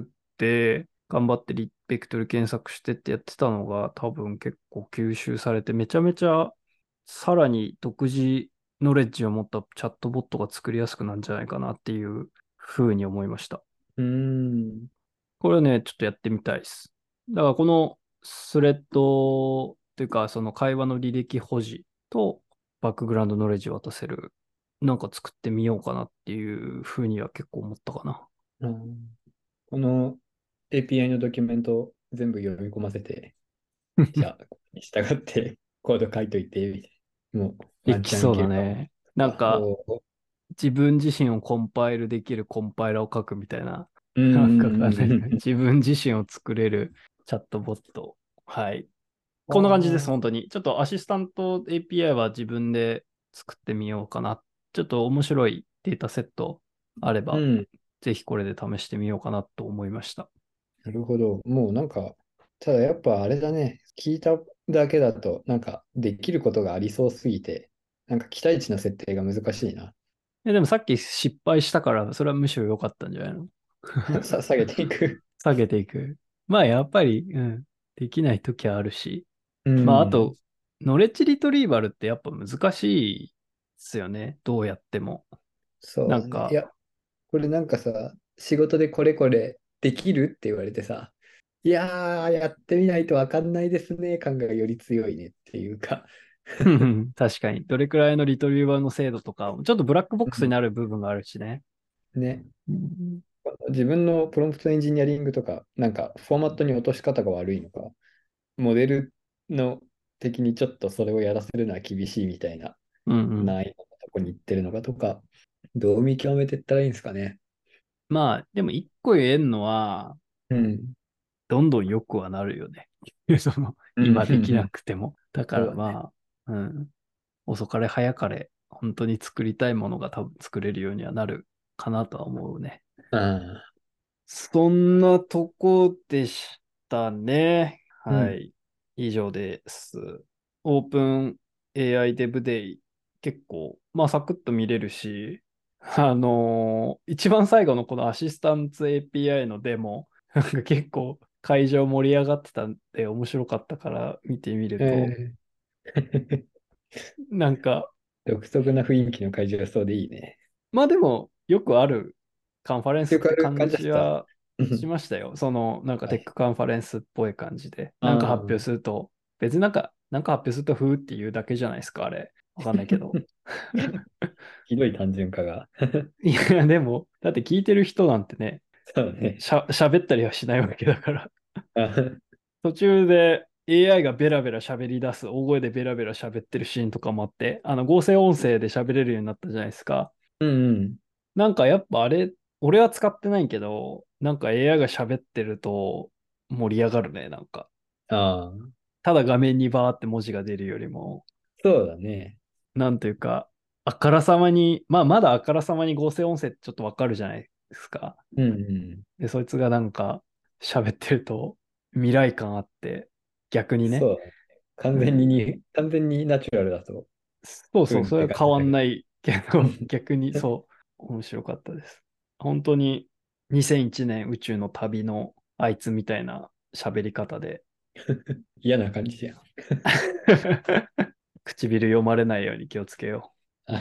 頑張ってベクトル検索してってやってたのが多分結構吸収されてめちゃめちゃさらに独自ノレッジを持ったチャットボットが作りやすくなるんじゃないかなっていうふうに思いました。 うーん。 これはね、ちょっとやってみたいです。だからこのスレッドっていうかその会話の履歴保持とバックグラウンドノレッジを渡せるなんか作ってみようかなっていうふうには結構思ったかな。 あーこの API のドキュメント全部読み込ませて、じゃあ、これに従ってコード書いといて、みたいな。もうワンチャンいできそうけるかも。 だね。なんあ、 かおー自分自身をコンパイルできるコンパイラーを書くみたいな。 うんなんかわかんないけど、 うんうん自分自身を作れるチャットボット。はい。 うん。 こんな感じです、 ああ、 本当に。ちょっとアシスタント API は自分で作ってみようかな。ちょっと面白いデータセットあれば、 うん。 ぜひこれで試してみようかなと思いました。 なるほど。もうなんか、ただやっぱあれだね。聞いただけだと、なんかできることがありそうすぎて、なんか期待値の設定が難しいな。 でもさっき失敗したから、それはむしろ良かったんじゃないの？ 下げていく。 下げていく。まあやっぱり、できない時はあるし。 うまああん。 と、ノレッジリトリーバルってやっぱ難しいですよね。どうやっても。 そうだね。いなんか、 や、これなんかさ、仕事でこれこれできるって言われてさ、いやー、やってみないとわかんないですね、感がより強いねっていうか。 確かに。どれくらいのリトリーバーの精度とか、ちょっとブラックボックスになる部分があるしね。 ね。 うん。 自分のプロンプトエンジニアリングとか、なんかフォーマットに落とし方が悪いのか、モデルの的にちょっとそれをやらせるのは厳しいみたいなうんうん。 難易度のとこに行ってるのかとか、どう見極めていったらいいんですかね。 まあ、でも一個言えんのは、 うん。 どんどん良くはなるよね。その、 うん、うん、 今できなうん。 くても。だかそうだね。 らまあ、うん。遅かれ早かれ、本当に作りたいものが多分作れるようにはなるかなとは思うね。 ああ、 そんなとこでしたね。 うん。 はい。以上です。オープン AI デブデイ、結構、まあサクッと見れるし、一番最後のこのアシスタンツ API のデモ、なんか結構会場盛り上がってたんで面白かったから見てみると、 えなんか、 独特な雰囲気の会場そうでいいね。 まあでもよくあるカンファレンスっよくあるて感感じだった。 じはしましたよ。そのなんかはい。 テックカンファレンスっぽい感じで。なんか発表あすると、別になんか発表するとふーっていうだけじゃないですか、あれ。わかんないけど。 ひどい単純化が。 いや、でも、だって聞いてる人なんてね、 そうね。 喋ったりはしないわけだから。 あ、 途中で AI がベラベラ喋り出す、大声でベラベラ喋ってるシーンとかもあって、合成音声で喋れるようになったじゃないですか。 うんうん。 なんかやっぱあれ、俺は使ってないけど、なんか AI が喋ってると盛り上がるね、なんか。 ああ、 ただ画面にバーって文字が出るよりも、 そうだね。 なんというか、あからさまに、まあまだあからさまに合成音声ってちょっとわかるじゃないですか。 うんうん。 で、そいつがなんか喋ってると未来感あって、逆にね。 そう。完全にうん、 完全にナチュラルだと、 そうそう、 うんってそれは変わ感じだけど。 んないけど、逆にそう、面白かったです。本当に2001年宇宙の旅のあいつみたいな喋り方で、 嫌な感じじゃん。 唇読まれないように気をつけよう。 はい。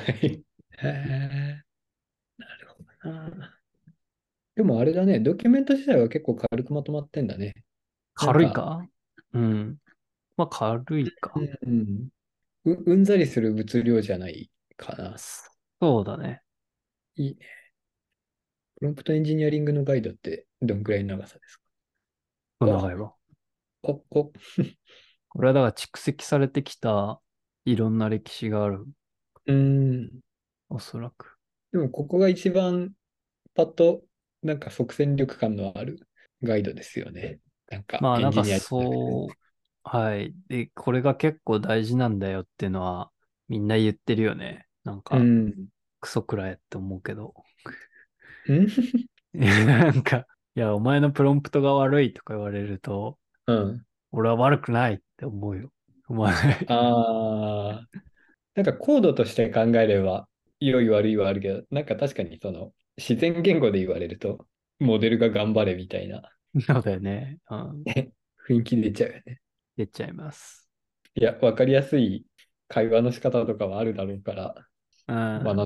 へえ、なるほどな。でもあれだね、ドキュメント自体は結構軽くまとまってんだね。なんか、 軽いか？うん。まあ軽いか。 うん、うんざりする物量じゃないかな。 そうだね。 いいね。プロンプトエンジニアリングのガイドってどんくらいの長さですか？ 長いわ。 こ、 これはだから蓄積されてきたいろんな歴史がある。 うーん。 おそらく。 でもここが一番パッとなんか即戦力感のあるガイドですよね。なんかまあなんかエンジニアじゃなくて。 そう、はい。で、これが結構大事なんだよっていうのはみんな言ってるよね。なんか、 うん。 クソくらえって思うけど。 うん。 なんか、いや、お前のプロンプトが悪いとか言われると、 うん。 俺は悪くないって思うよ。思わない。 ああ、なんかコードとして考えれば、良い悪いはあるけど、なんか確かにその自然言語で言われると、モデルが頑張れみたいなそうだよね。うん。 雰囲気出ちゃうよね。 出ちゃいます。 いや、わかりやすい会話の仕方とかはあるだろうから、 うん。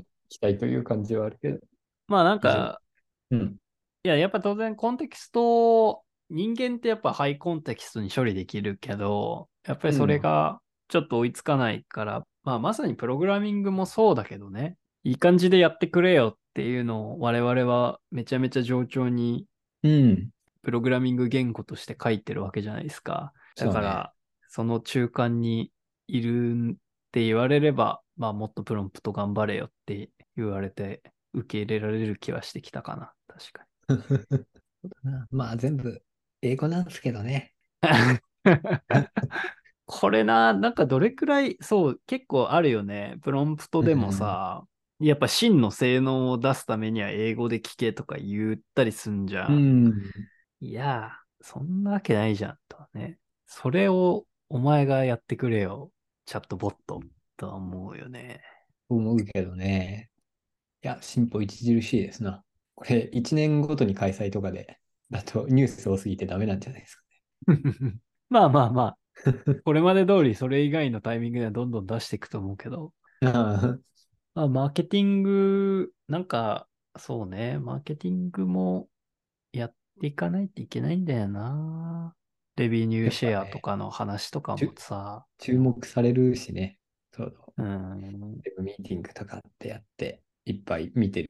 学きたいという感じはあるけど、 まあなん以上。 か、 うん。 いや、やっぱ当然コンテキスト、人間ってやっぱハイコンテキストに処理できるけど、やっぱりそれうん。 がちょっと追いつかないから、まあまさにプログラミングもそうだけどね、いい感じでやってくれよっていうのを我々はめちゃめちゃ冗長にうん。 プログラミング言語として書いてるわけじゃないですか。だそうね。 から、その中間にいるって言われれば、まあもっとプロンプト頑張れよって言われて受け入れられる気はしてきたかな。確かそうだな。まあ全部英語なんですけどね。 に。これな、なんかどれくらい、そう、結構あるよね。プロンプトうでもん。 さ、やっぱ真の性能を出すためには英語で聞けとか言ったりすんじうゃん。 ん。 いやー、そんなわけないじゃん、とはね。それをお前がやってくれよ、チャットボット、とは思うよね。 思うけどね。いや、進歩著しいですな。これ、1年ごとに開催とかで、だとニュース多すぎてダメなんじゃないですかまあまあまあ、これまで通りそれ以外のタイミングではどんどん出していくと思うけど、 ね。ああ、 まあ、マーケティング、なんか、そうね、マーケティングもやっていかないといけないんだよな。レビューやっシェアとぱね、 かの話とかもさ、 注目されるしね。そう。 うん、 ウェブミーティングとかってやって、いっぱい見てる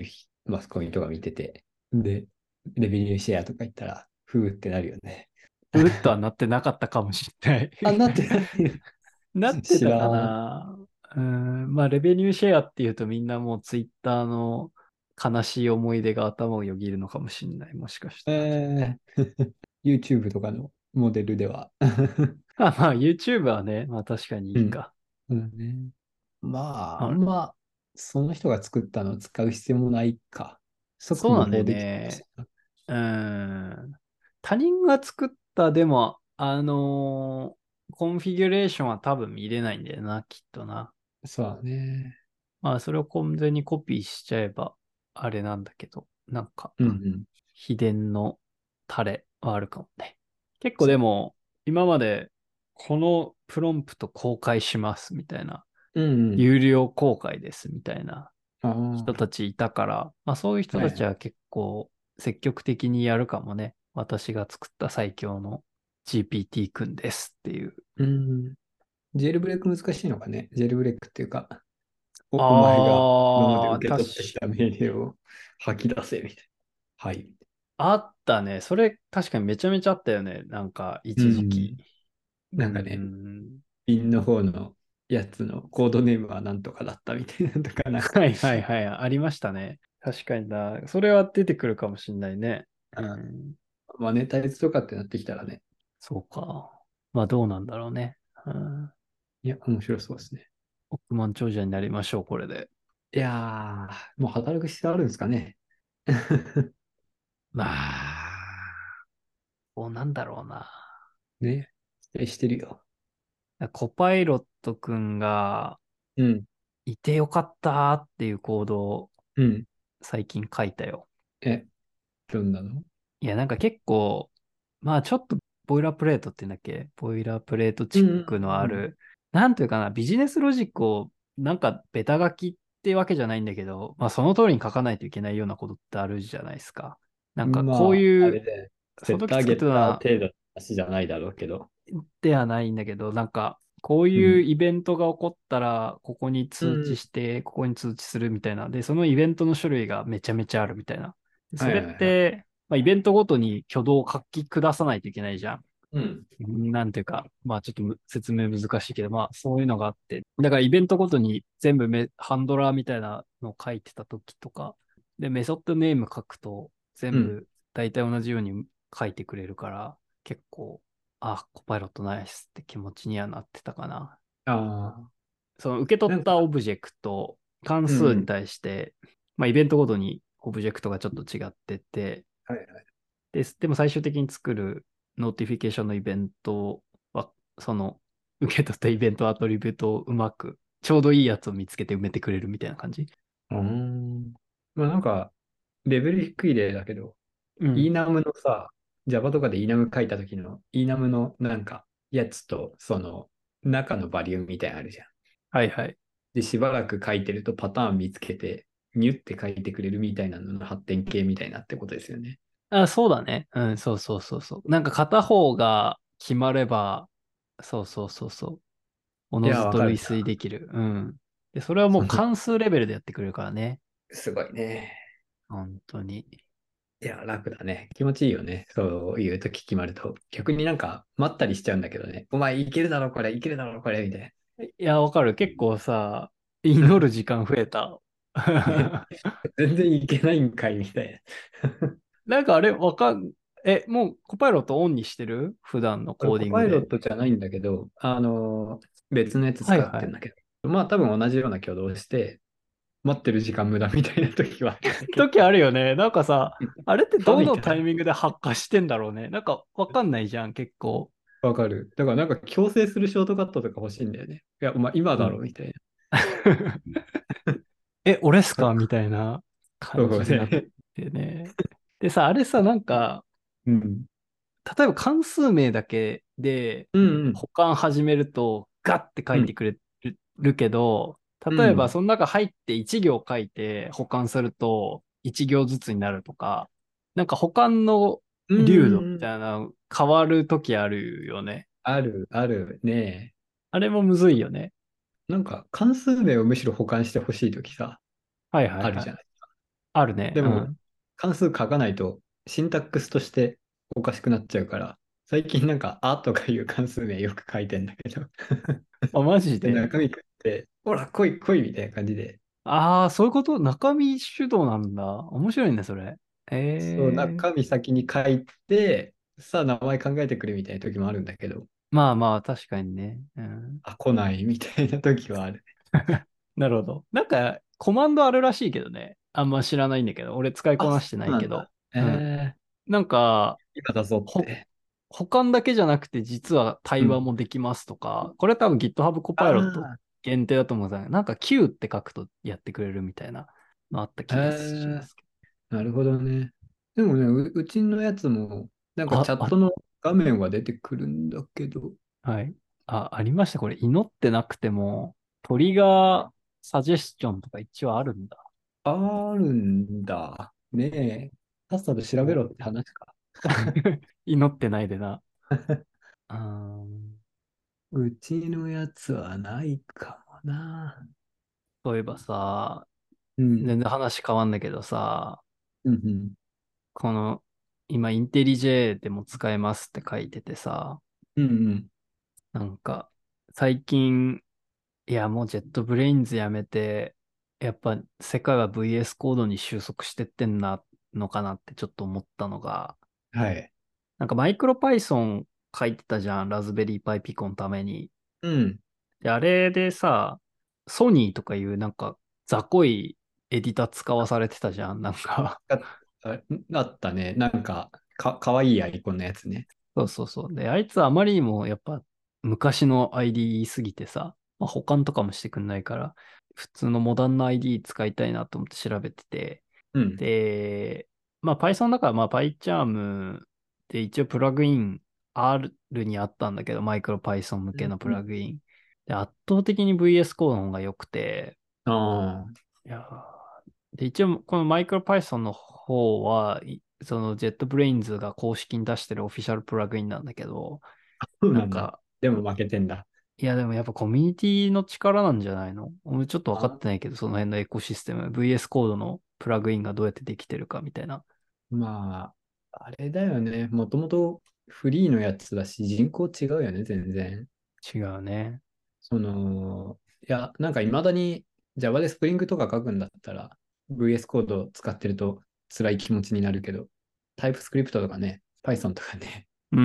マスコミとか見てて、で、レベニューシェアとか言ったら、ふーってなるよね。 うっとはなってなかったかもしれない。 あ、なってない。 なってたか知らん。 な。まあ、レベニューシェアっていうとみんなもうツイッターの悲しい思い出が頭をよぎるのかもしれない。もしかしたら。 YouTube とかのモデルでは。 あ、まあ、YouTube はね、まあ確かにいうん。 いか。 うんね。まあ、ああ、 んま、その人が作ったのを使う必要もないか。即そうなんだよ無法できるしね。 な。 他人が作ったでも、コンフィギュレーションは多分見れないんだよな、きっとな。 そうだね。 まあ、それを完全にコピーしちゃえば、あれなんだけど、なんか、 うんうん。 秘伝のタレはあるかもね。結構そう。 でも、今まで、このプロンプト公開しますみたいな、 うんうん。 有料公開ですみたいなあ人あ、 たちいたから、まあそういう人はいはい。 たちは結構積極的にやるかもね。私が作った最強の GPT 君ですっていう。 うん。ジェルブレイク難しいのかね。ジェルブレイクっていうか、お前が今までああ、 受け取ってきた命令を吐き出せ、みたいな。はい。 あったね。それ確かにめちゃめちゃあったよね。なんかう一時期。 ん。 うなんかね、 ん。 ピンの方のやつのコードネームはなんとかだったみたいなのとか、なんか、 はいはいはい。ありましたね。確かにな。それは出てくるかもしんないね。うあ、 ん。 マネタイズとかってなってきたらね、 そうか。まあどうなんだろうね。うん。 いや、面白そうですね。 億万長者になりましょう、これで。 いやー、もう働く必要あるんですかね。 まあ、こうなんだろうな。 ね、期待してるよ。 コパイロットくんがうん、 いてよかったっていうコードをうん。 最近書いたよ。 え、どんなの？ いや、なんか結構、まあちょっとボイラープレートって言うんだっけ、ボイラープレートチッうん、 クのうん、 ある、なんというかな、ビジネスロジックをなんかベタ書きってわけじゃないんだけど、まあその通りに書かないといけないようなことってあるじゃないですか。なんかこうまあ、あいう、 れで、セッター、 その時作ゲッターってたのは程度の話じゃないだろうけど。 ではないんだけど、なんか、こういううん。 イベントが起こったら、ここに通知うん。 して、ここに通知するみたいな。で、そのイベントの種類がめちゃめちゃあるみたいな。でそれっはいはいはい。 て、まあ、イベントごとに挙動を書き下さないといけないじゃん。 うん。 なんていうか、まあちょっと説明難しいけど、まあそういうのがあって。だからイベントごとに全部ハンドラーみたいなのを書いてた時とか、で、メソッドネーム書くとうん。 全部大体同じように書いてくれるから、結構、あ、コパイロットナイスって気持ちにはなってたかな。 ああ、 その受け取っなんか、 たオブジェクト、関うん、 数にうん。 対して、まあイベントごとにオブジェクトがちょっと違ってて、 はいはい。 でも最終的に作るノーティフィケーションのイベントは、その受け取ったイベントアトリビュートをうまく、ちょうどいいやつを見つけて埋めてくれるみたいな感じ。 うーん。まあなんか、レベル低い例だけど、 うん。 enum のさ、Java とかで enum 書いた時の enum のなんか、やつと、その、中のバリューみたいなのあるじゃん。 はいはい。 で、しばらく書いてるとパターン見つけて、ニュって書いてくれるみたいなのの発展系みたいなってことですよね。 あ、そうだね。うん、そうそうそうそう。なんか片方が決まれば、そうそうそうそう。おいや、 のずと類わかるな。 推できる。うん。で、それはもう関数レベルでやってくれるからね。 すごいね。 本当に。 いや、楽だね。気持ちいいよね。そういう時決まると。逆になんか待ったりしちゃうんだけどね。お前いけるだろ、これ、いけるだろ、これ、みたいいや、わかる。結構さ、祈る時間増えた。 な。ね。全然いけないんかい、みたいなんかあれ、もうコパイロットオンにしてる普段のな。 コーコパイロディングで。 ットじゃないんだけど、別のやつ使っはいはい。 てんだけど。まあ多分同じような挙動をして、待ってる時間無駄みたいな時はあるんだけど。 時あるよね。なんかさ、あれっては、 どのタイみたいな。 ミングで発火してんだろうね。なんかわかんないじゃん、結構。 わかる。だからなんか強制するショートカットとか欲しいんだよね。いや、お前今だろ、 うん。 みたいな。 え、俺っすかみたいな感そうじになっね。 てね。でさ、あれさ、なんか、 うん。 例えば関数名だけでうんうん。 保管始めるとガッて書うん。 いてくれるけど、例えばうん。 その中入って1行書いて保管すると1行ずつになるとか、なんか保管のう流度みん。 たいな変わるときあるよね。 ある、あるね。 あれもむずいよね。 なんか関数名をむしろ保管してほしいときさ、 はいはいはい。 あるじゃない。 あるね。 でも、 うん。 関数書かないとシンタックスとしておかしくなっちゃうから、最近なんか、あとかいう関数名よく書いてんだけど、 あ、マジで、 で。 中身食って、ほら、来い来いみたいな感じで、 ああ、そういうこと、中身主導なんだ。面白いね、それ。 そう、 ええ、 中身先に書いて、さあ名前考えてくれみたいな時もあるんだけど、 まあまあ、確かにね。うん。 あ、来ないみたいな時はある。 なるほど。なんか、コマンドあるらしいけどね。あんま知らないんだけど、俺使いこあ、そなしてなうなんだ。 いけど。うん。 ー、 なんか、 今だぞっほ、 て。 保管だけじゃなくて実は対話うん。 もできますとか、これ多分 GitHub コパイロットあ限定だと思うんだけど、なんか Q って書くとやってくれるみたいなのあったあ、 気がしますけなるほどね。でもね、うちのやつも、なんど。 かチャットの画面は出てくるんだけど、 はい。ありました。これ祈ってなくても、トリガーサジェスチョンとか一応あるんだ。 あるんだ。ねえ。さっさと調べろって話か。 祈ってないでな。うーん。 うちのやつはないかもな。 そういえばさ、 うん。 全然話変わんだけどさ、 うんうん。 この、今、インテリジェでも使えますって書いててさ、 うんうん。 なんか、最近、いや、もうジェットブレインズやめて、やっぱ世界は VS コードに収束してってんな、のかなってちょっと思ったのが、 はい。 なんかマイクロ Python 書いてたじゃん、ラズベリーパイピコのために。 うん。 で、あれでさ、ソニーとかいうなんか雑魚いエディター使わされてたじゃん、なんか。 あ、あったね。なんか、かわいいアイコンのやつね。 そうそうそう。で、あいつあまりにもやっぱ昔の ID すぎてさ、まあ、保管とかもしてくんないから、普通のモダンな ID 使いたいなと思って調べてて、 うん。 で、まあ Python だからまあ PyCharm で一応プラグイン R にあったんだけど、マイクロ Python 向けのプうん。 ラグイン。で、圧倒的に VS コードの方が良くて、 ああ、 いやで、一応このマイクロ Python の方は、その JetBrains が公式に出してるオフィシャルプラグインなんだけど、 そうなんだ。 なんか、 でも負けてんだ。 いやでもやっぱコミュニティの力なんじゃないの？俺ちょっと分かっあ、 てないけど、その辺のエコシステム、VS コードのプラグインがどうやってできてるかみたいな。 まあ、あれだよね。もともとフリーのやつだし、人口違うよね、全然。 違うね。 いや、なんか未だに Java でスプリングとか書くんだったら VS コード使ってると辛い気持ちになるけど、タイプスクリプトとかね、Python とかね、 うん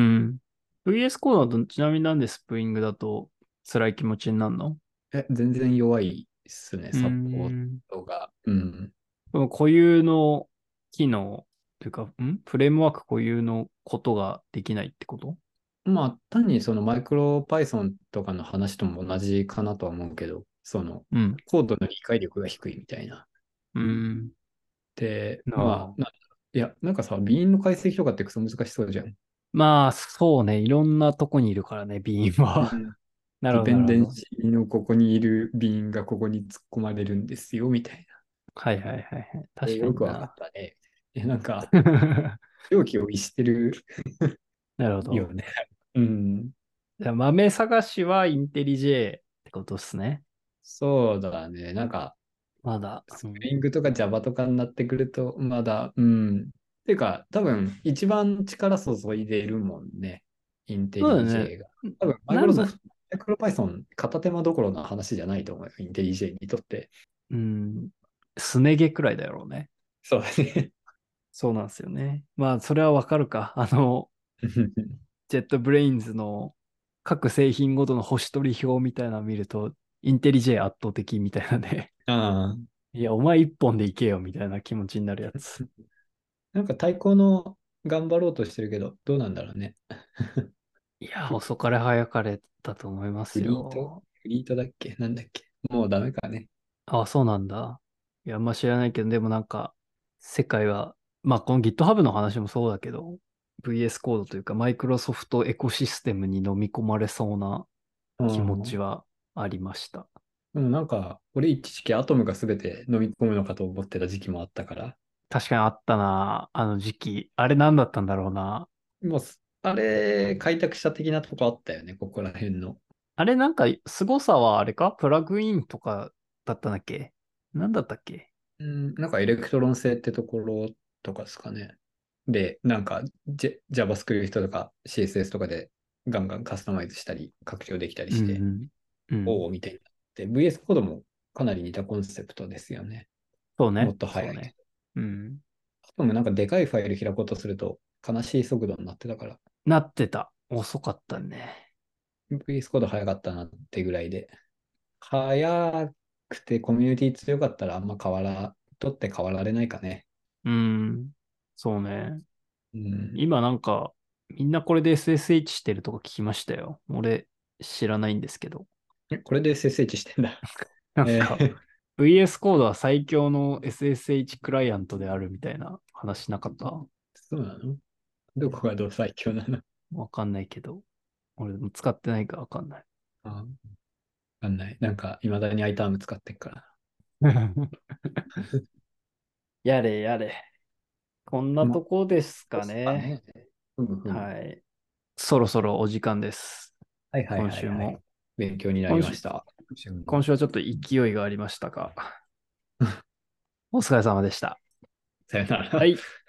。VS コードだとちなみになんでスプリングだと辛い気持ちになるの？ 全然弱いっすね、 うーサポーん。 トが。うん。 この固有の機能というか、フレームワーク固有のことができないってこと？ まあ、単にそのマイクロ Python とかの話とも同じかなとは思うけど、 うん。 コードの理解力が低いみたいな。 うーん。 で、まあ、 なあ。 いや、なんかさ、ビーンの解析とかってクソ難しそうじゃん。 まあ、そうね。いろんなとこにいるからね、ビームは。 うん。 なるほど、 ディペンデンなるほど。 シーのここにいるビーンがここに突っ込まれるんですよ、みたいな。 はいはいはいはい。確かよくわかっにな。 たね。なんか、容器を逸してるなるほど。 よね。うん。 じゃあ豆探しはインテリジェってことっすね。 そうだね。なんか、 まだ。 スプうん。 リングとか Java とかになってくると、まだ、うん。ていうか、多分、一番力注いでいるもんね。インテそうだね。 リジェが。多分、マイなんだ、 クロソフト、マイクロ Python 片手間どころの話じゃないと思うよ。インテリジェにとって。 うん、すね毛くらいだろうね。 そうだね。 そうなんですよね。まあ、それはわかるか。ジェットブレインズの各製品ごとの星取り表みたいなの見ると、インテリジェ圧倒的みたいなね。 ああ。 いや、お前一本でいけよみたいな気持ちになるやつ。 なんか対抗の頑張ろうとしてるけど、どうなんだろうね。 いや、 フ遅かれ早かれだと思いまフすリートよ。 フリートだっけなんだっけもうダメかね。 あ、そうなんだ。いや、あんま知らないけど、でもなんか、世界は、まあ、この GitHub の話もそうだけど、VS コードというか、マイクロソフトエコシステムに飲み込まれそうなう気持ちん。 はありました。 でもなんか、俺一時期アトムが全て飲み込むのかと思ってた時期もあったから、 確かにあったな、あの時期。あれ何だったんだろうな。 もうあれ、開拓者的なとこあったよね、ここら辺の。 あれなんか、凄さはあれかプラグインとかだったんだっけ？何だったっけ？ なんかエレクトロン製ってところとかですかね。で、なんか、JavaScript とか CSS とかでガンガンカスタマイズしたり、拡張できたりうんして、 うん。うん。 おお、みたいになって、VS コードもかなり似たコンセプトですよね。 そうね。 もっと速いけそうね。うん。 ど。しかもなんかでかいファイル開こうとすると悲しい速度になってたから、 なってた。遅かったね。 VS コード速かったなってぐらいで、速くてコミュニティ強かったらあんま取って変わられないかね。 うん。そうね。 うん。 今なんか、みんなこれで SSH してるとか聞きましたよ。俺、知らないんですけど。 これで SSH してんだ。 なんか、 ー VS コードは最強の SSH クライアントであるみたいな話なかった？ そうなの？どこがどう最強なの？ わかんないけど。俺も使ってないからわかんない。 あ、わかんない。なんか、未だに i ターム使ってっから。 やれやれ。こんなま、 とこですかですかね。 ね。ふむふむ。 はい。そろそろお時間です。 はいはい今はいはい。 週も。 勉強になり今週、 ました。 今週はちょっと勢いがありましたが、お疲れ様でした。 さよなら。 はい。